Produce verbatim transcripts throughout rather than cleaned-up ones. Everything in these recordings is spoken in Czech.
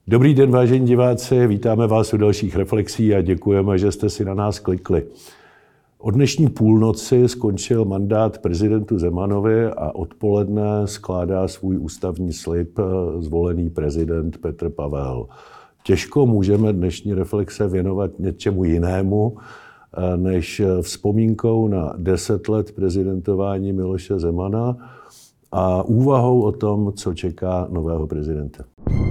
Dobrý den, vážení diváci, vítáme vás u dalších reflexí a děkujeme, že jste si na nás klikli. Od dnešní půlnoci skončil mandát prezidentu Zemanovi a odpoledne skládá svůj ústavní slib zvolený prezident Petr Pavel. Těžko můžeme dnešní reflexe věnovat něčemu jinému, než vzpomínkou na deset let prezidentování Miloše Zemana a úvahou o tom, co čeká nového prezidenta.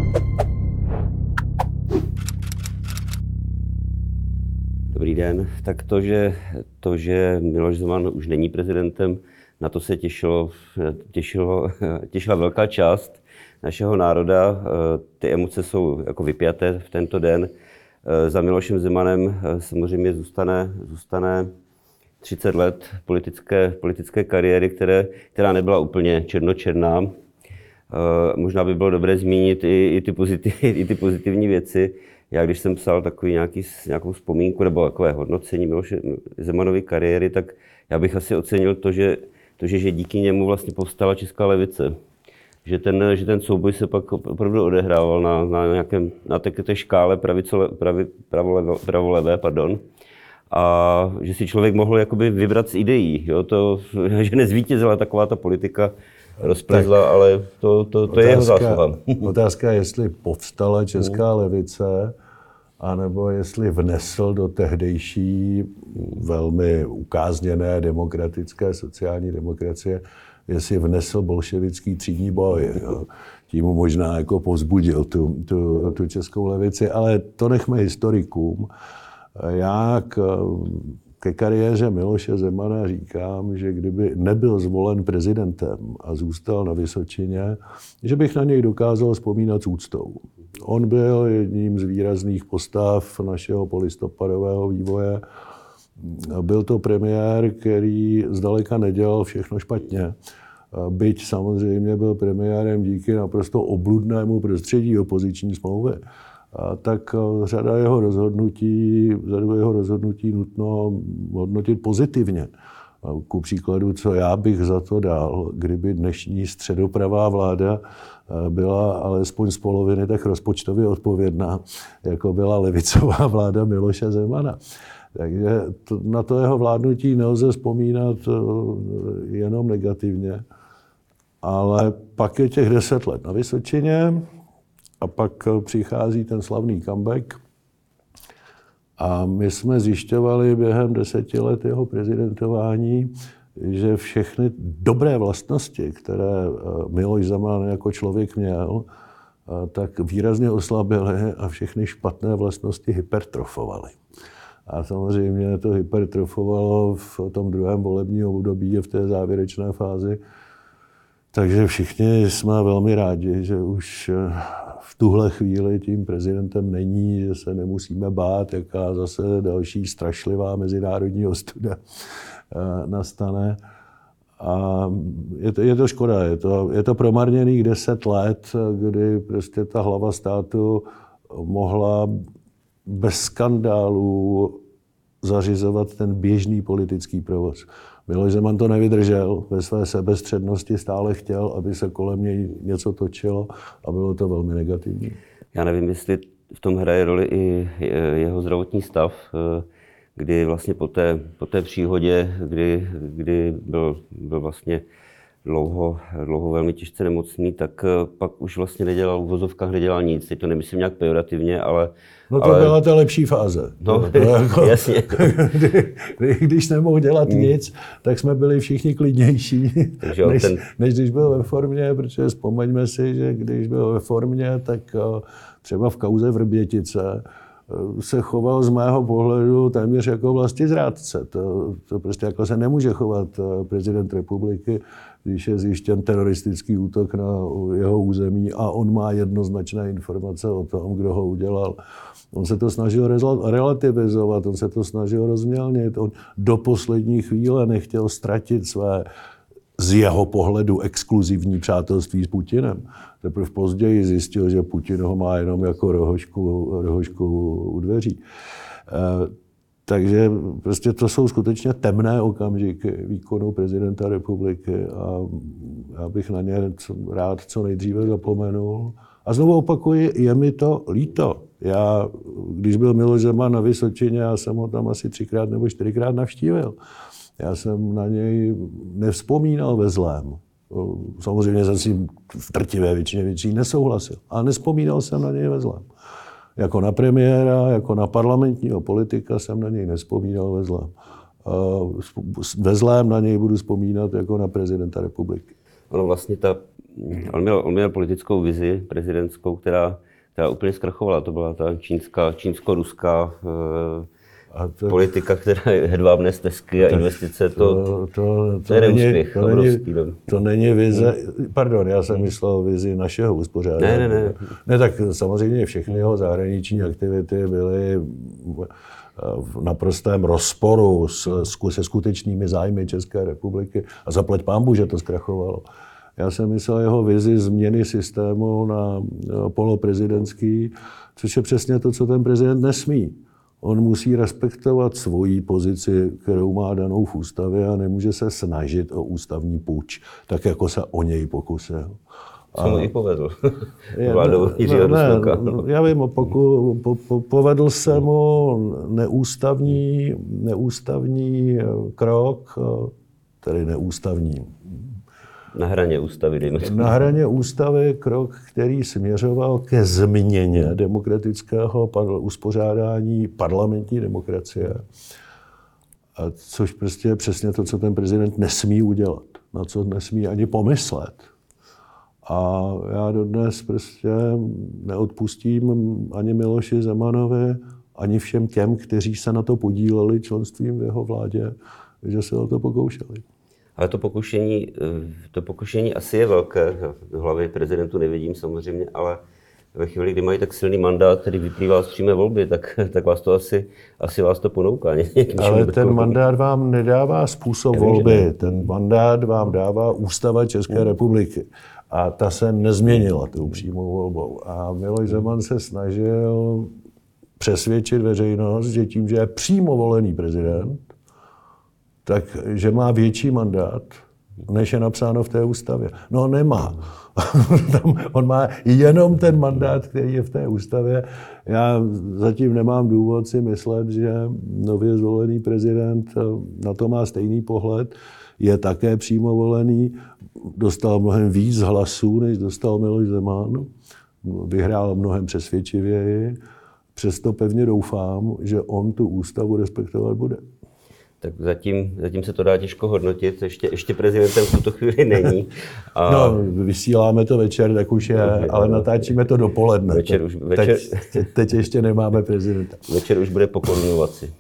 Dobrý den. Tak to, že, to, že Miloš Zeman už není prezidentem, na to se těšilo, těšilo, těšila velká část našeho národa. Ty emoce jsou jako vypjaté v tento den. Za Milošem Zemanem samozřejmě zůstane, zůstane třicet let politické, politické kariéry, které, která nebyla úplně černočerná. Možná by bylo dobré zmínit i, i, ty, pozitiv, i ty pozitivní věci. Já když jsem psal takový nějaký, nějakou vzpomínku nebo takové hodnocení Miloše Zemanovy kariéry, tak já bych asi ocenil to, že, to, že, že díky němu vlastně povstala česká levice. Že ten, že ten souboj se pak opravdu odehrával na, na, nějakém, na té, té škále pravicole, pravi, pravolevé, pravolevé, pardon. A že si člověk mohl jakoby vybrat z ideí. Jo? To, že nezvítězila taková ta politika, rozplezla, ale to, to, to otázka, je jeho zásluha. Otázka, jestli povstala česká levice, anebo jestli vnesl do tehdejší velmi ukázněné demokratické sociální demokracie, jestli vnesl bolševický třídní boj. Jo. Tím mu možná jako povzbudil tu, tu, tu českou levici, ale to nechme historikům. Já k, ke kariéře Miloše Zemana říkám, že kdyby nebyl zvolen prezidentem a zůstal na Vysočině, že bych na něj dokázal vzpomínat s úctou. On byl jedním z výrazných postav našeho polistopadového vývoje. Byl to premiér, který zdaleka nedělal všechno špatně. Byť samozřejmě byl premiérem díky naprosto obludnému prostředí opoziční smlouvy. A tak řada jeho rozhodnutí, řadu jeho rozhodnutí nutno hodnotit pozitivně. Ku příkladu, co já bych za to dal, kdyby dnešní středopravá vláda byla alespoň z poloviny tak rozpočtově odpovědná, jako byla levicová vláda Miloše Zemana. Takže to, na to jeho vládnutí nelze vzpomínat jenom negativně, ale pak je těch deset let na Vysočině a pak přichází ten slavný comeback. A my jsme zjišťovali během deseti let jeho prezidentování, že všechny dobré vlastnosti, které Miloš Zeman jako člověk měl, tak výrazně oslabily a všechny špatné vlastnosti hypertrofovaly. A samozřejmě to hypertrofovalo v tom druhém volebním období a v té závěrečné fázi. Takže všichni jsme velmi rádi, že už v tuhle chvíli tím prezidentem není, že se nemusíme bát, jaká zase další strašlivá mezinárodní ostuda nastane. A je to, je to škoda, je to, je to promarněných deset let, kdy prostě ta hlava státu mohla bez skandálů zařizovat ten běžný politický provoz. Miloš Zeman to nevydržel, ve své sebestřednosti stále chtěl, aby se kolem něj něco točilo a bylo to velmi negativní. Já nevím, jestli v tom hraje roli i jeho zdravotní stav, kdy vlastně po té, po té příhodě, kdy, kdy byl, byl vlastně dlouho, dlouho velmi těžce nemocný, tak pak už vlastně nedělal v uvozovkách, nedělal nic. Teď to nemyslím nějak pejorativně, ale... No to ale... byla ta lepší fáze. No, to jako, jasně. Kdy, kdy, když nemohl dělat hmm. nic, tak jsme byli všichni klidnější, Takže než, ten... než když byl ve formě, protože vzpomeňme si, že když byl ve formě, tak třeba v kauze Vrbětice se choval z mého pohledu téměř jako vlastizrádce. To, to prostě jako se nemůže chovat prezident republiky, když je zjištěn teroristický útok na jeho území a on má jednoznačné informace o tom, kdo ho udělal. On se to snažil relativizovat, on se to snažil rozmělnit, on do poslední chvíle nechtěl ztratit své z jeho pohledu exkluzivní přátelství s Putinem. Teprve později zjistil, že Putin ho má jenom jako rohožku, rohožku u dveří. E, takže prostě to jsou skutečně temné okamžiky výkonu prezidenta republiky a já bych na ně rád co nejdříve zapomenul A znovu opakuji, je mi to líto. Já, když byl Miloš Zeman na Vysočině, já jsem ho tam asi třikrát nebo čtyřikrát navštívil. Já jsem na něj nevzpomínal ve zlém. Samozřejmě jsem si v drtivé většině větší nesouhlasil, ale nevzpomínal jsem na něj ve zlém. Jako na premiéra, jako na parlamentního politika jsem na něj nevzpomínal ve zlém. Ve zlém na něj budu vzpomínat jako na prezidenta republiky. Ono vlastně ta, on měl, on měl politickou vizi prezidentskou, která, která úplně zkrachovala. To byla ta čínská, čínsko-ruská a to, politika, která je hedvábné stezky a investice. To, to, to, to, to je neúspěch. To, není, to není vize, pardon, já jsem myslel vizi našeho uspořádání. Ne, ne, ne. Ne, tak samozřejmě všechny jeho zahraniční aktivity byly v naprostém rozporu s, se skutečnými zájmy České republiky a zaplať pánbůh, že to zkrachovalo. Já jsem myslel jeho vizi změny systému na poloprezidentský, což je přesně to, co ten prezident nesmí. On musí respektovat svoji pozici, kterou má danou v ústavě a nemůže se snažit o ústavní puč, tak jako se o něj pokusil. Co mu i povedl. Vládou Jiřího Rusnoka. Já vím, poku, po, po, povedl se mu neústavní, neústavní krok, tedy neústavní. Na hraně ústavy, dejme tomu. Na hraně ústavy krok, který směřoval ke změně demokratického uspořádání parlamentní demokracie. A což prostě je přesně to, co ten prezident nesmí udělat. Na co nesmí ani pomyslet. A já dodnes prostě neodpustím ani Miloši Zemanovi, ani všem těm, kteří se na to podíleli členstvím v jeho vládě, že se o to pokoušeli. Ale to pokušení, to pokušení asi je velké. V hlavě prezidentu nevidím samozřejmě, ale ve chvíli, kdy mají tak silný mandát, který vyplývá z přímé volby, tak, tak vás to asi, asi vás to ponouká. Ale ten mandát vám nedává způsob Nevím, volby. Ten mandát vám dává Ústava České republiky. A ta se nezměnila tou přímou volbou. A Miloš Zeman se snažil přesvědčit veřejnost, že tím, že je přímo volený prezident, takže má větší mandát, než je napsáno v té ústavě. No nemá. On má jenom ten mandát, který je v té ústavě. Já zatím nemám důvod si myslet, že nově zvolený prezident na to má stejný pohled, je také přímo volený, dostal mnohem víc hlasů, než dostal Miloš Zeman, vyhrál mnohem přesvědčivěji, přesto pevně doufám, že on tu ústavu respektovat bude. Tak zatím, zatím se to dá těžko hodnotit, ještě, ještě prezidentem v tuto chvíli není. A... No, vysíláme to večer, tak už je, ale natáčíme to dopoledne. Večer už, večer... Teď, teď ještě nemáme prezidenta. Večer už bude pokorunovací.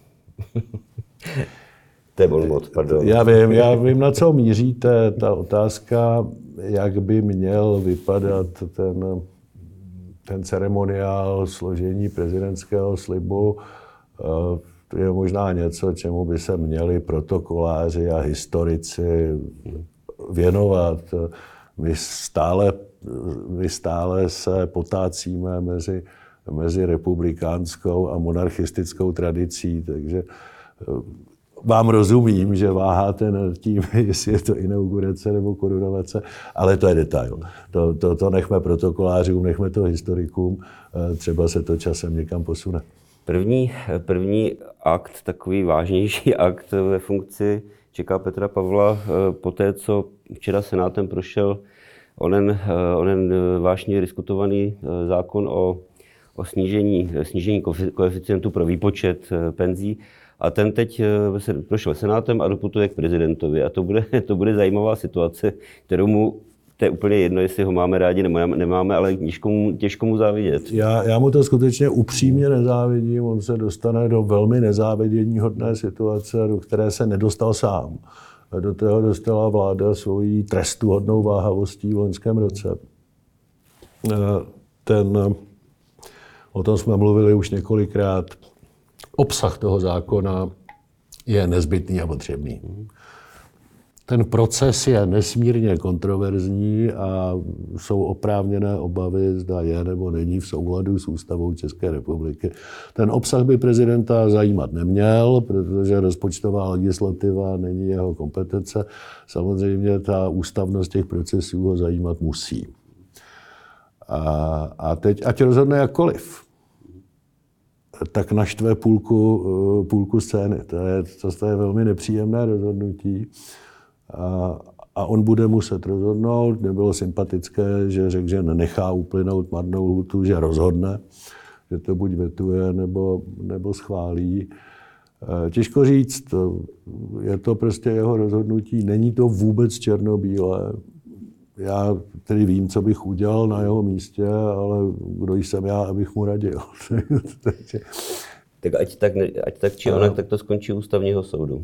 To je bonmot, pardon. Já vím, já vím, na co míříte. Ta otázka, jak by měl vypadat ten, ten ceremoniál složení prezidentského slibu, to je možná něco, čemu by se měli protokoláři a historici věnovat. My stále, my stále se potácíme mezi, mezi republikánskou a monarchistickou tradicí, takže vám rozumím, že váháte nad tím, jestli je to inaugurace nebo korunovace, ale to je detail. To, to, to nechme protokolářům, nechme to historikům, třeba se to časem někam posune. První, první akt, takový vážnější akt ve funkci čeká Petra Pavla po té, co včera Senátem prošel onen, onen vážně diskutovaný zákon o, o snížení, snížení koeficientu pro výpočet penzí. A ten teď prošel Senátem a doputuje k prezidentovi. A to bude, to bude zajímavá situace, kterou mu, to je úplně jedno, jestli ho máme rádi nebo nemáme, ale těžko mu, těžko mu závidět. Já, já mu to skutečně upřímně nezávidím. On se dostane do velmi nezáviděníhodné situace, do které se nedostal sám. A do toho dostala vláda svojí trestuhodnou váhavostí v loňském roce. Ten, o tom jsme mluvili už několikrát. Obsah toho zákona je nezbytný a potřebný. Ten proces je nesmírně kontroverzní a jsou oprávněné obavy, zda je nebo není v souladu s ústavou České republiky. Ten obsah by prezidenta zajímat neměl, protože rozpočtová legislativa není jeho kompetence. Samozřejmě ta ústavnost těch procesů ho zajímat musí. A, a teď, ať rozhodne jakkoliv, tak naštve půlku, půlku scény. To je, to je velmi nepříjemné rozhodnutí. A, a on bude muset rozhodnout. Nebylo sympatické, že řekl, že nenechá uplynout marnou lhůtu, že rozhodne, že to buď vetuje, nebo, nebo schválí. Těžko říct, je to prostě jeho rozhodnutí, není to vůbec černobílé. Já tedy vím, co bych udělal na jeho místě, ale kdo jsem já, abych mu radil. Tak ať tak, ať tak či onak, tak to skončí u ústavního soudu.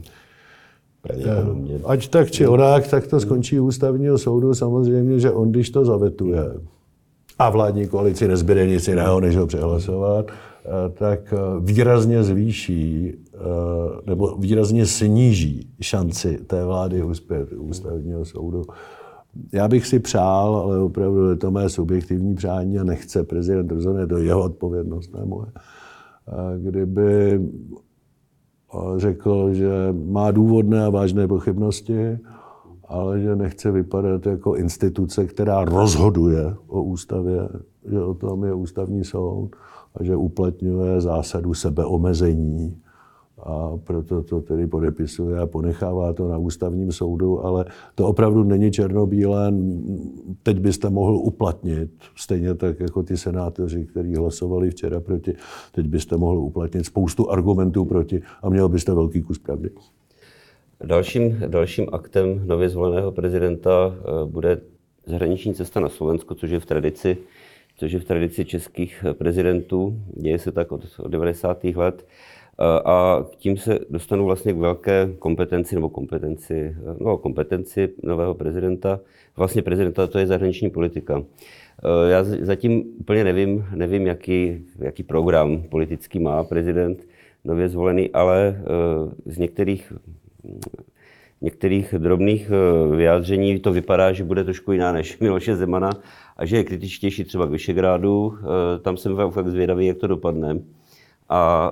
Ať tak či onak, tak to skončí u ústavního soudu. Samozřejmě, že on, když to zavetuje a vládní koalici nezbyde nic jiného, než ho přehlasovat, tak výrazně zvýší nebo výrazně sníží šanci té vlády uspět u ústavního soudu. Já bych si přál, ale opravdu je to mé subjektivní přání a nechce prezident rozhodne, to je jeho odpovědnost, ne moje. Kdyby řekl, že má důvodné a vážné pochybnosti, ale že nechce vypadat jako instituce, která rozhoduje o ústavě, že o tom je ústavní soud a že uplatňuje zásadu sebeomezení. A proto to tedy podepisuje a ponechává to na ústavním soudu, ale to opravdu není černobílé. Teď byste mohl uplatnit, stejně tak jako ty senátoři, kteří hlasovali včera proti, teď byste mohl uplatnit spoustu argumentů proti a měl byste velký kus pravdy. Dalším, dalším aktem nově zvoleného prezidenta bude zahraniční cesta na Slovensko, což je v tradici, což je v tradici českých prezidentů. Děje se tak od, od devadesátých let. A tím se dostanu vlastně k velké kompetenci nebo kompetenci, no, kompetenci nového prezidenta. Vlastně prezidenta to je zahraniční politika. Já zatím úplně nevím, nevím jaký, jaký program politický má prezident nově zvolený, ale z některých, některých drobných vyjádření to vypadá, že bude trošku jiná než Miloše Zemana a že je kritičtější třeba k Visegrádu. Tam jsem fakt zvědavý, jak to dopadne. A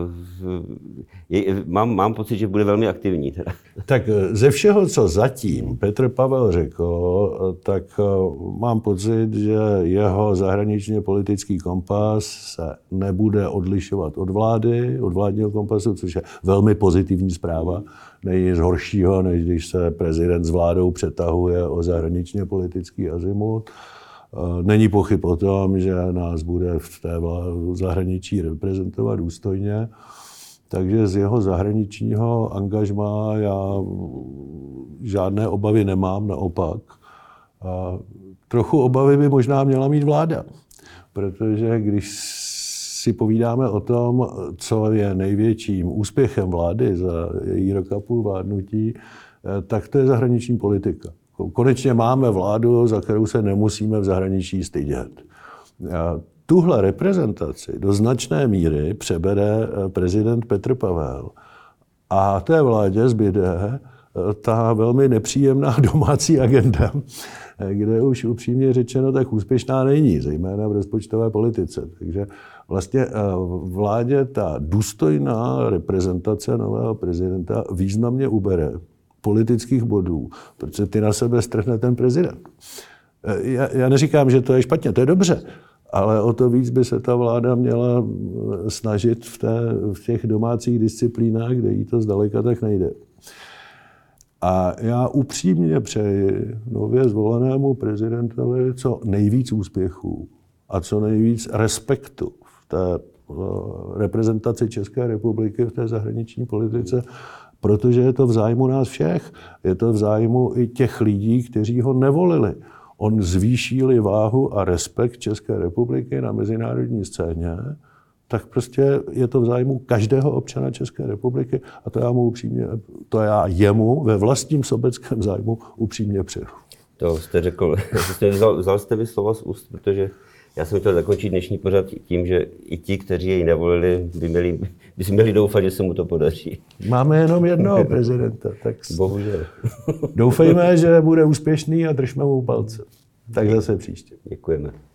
je, mám, mám pocit, že bude velmi aktivní. Teda. Tak ze všeho, co zatím Petr Pavel řekl, tak mám pocit, že jeho zahraničně politický kompas se nebude odlišovat od vlády, od vládního kompasu, což je velmi pozitivní zpráva. Není nic horšího, než když se prezident s vládou přetahuje o zahraničně politický azimut. Není pochyb o tom, že nás bude v té zahraničí reprezentovat důstojně, takže z jeho zahraničního angažmá já žádné obavy nemám, naopak. A trochu obavy by možná měla mít vláda, protože když si povídáme o tom, co je největším úspěchem vlády za její rok a půl vládnutí, tak to je zahraniční politika. Konečně máme vládu, za kterou se nemusíme v zahraničí stydět. A tuhle reprezentaci do značné míry přebere prezident Petr Pavel a té vládě zbyde ta velmi nepříjemná domácí agenda, kde už upřímně řečeno tak úspěšná není, zejména v rozpočtové politice. Takže vlastně vládě ta důstojná reprezentace nového prezidenta významně ubere politických bodů, protože ty na sebe strhne ten prezident. Já, já neříkám, že to je špatně, to je dobře, ale o to víc by se ta vláda měla snažit v, té, v těch domácích disciplínách, kde jí to zdaleka tak nejde. A já upřímně přeji nově zvolenému prezidentovi co nejvíc úspěchů a co nejvíc respektu v té reprezentaci České republiky v té zahraniční politice, protože je to v zájmu nás všech. Je to v zájmu i těch lidí, kteří ho nevolili. On zvýší-li váhu a respekt České republiky na mezinárodní scéně, tak prostě je to v zájmu každého občana České republiky a to já mu upřímně, to já jemu ve vlastním sobeckém zájmu upřímně přeju. To jste řekl, jste vzal, vzal jste mi slova z úst, protože já jsem chtěl zakončit dnešní pořad tím, že i ti, kteří jej nevolili, by, měli, by si měli doufat, že se mu to podaří. Máme jenom jednoho prezidenta, tak bohužel. Doufejme, že bude úspěšný a držme mu palce. Tak zase příště. Děkujeme.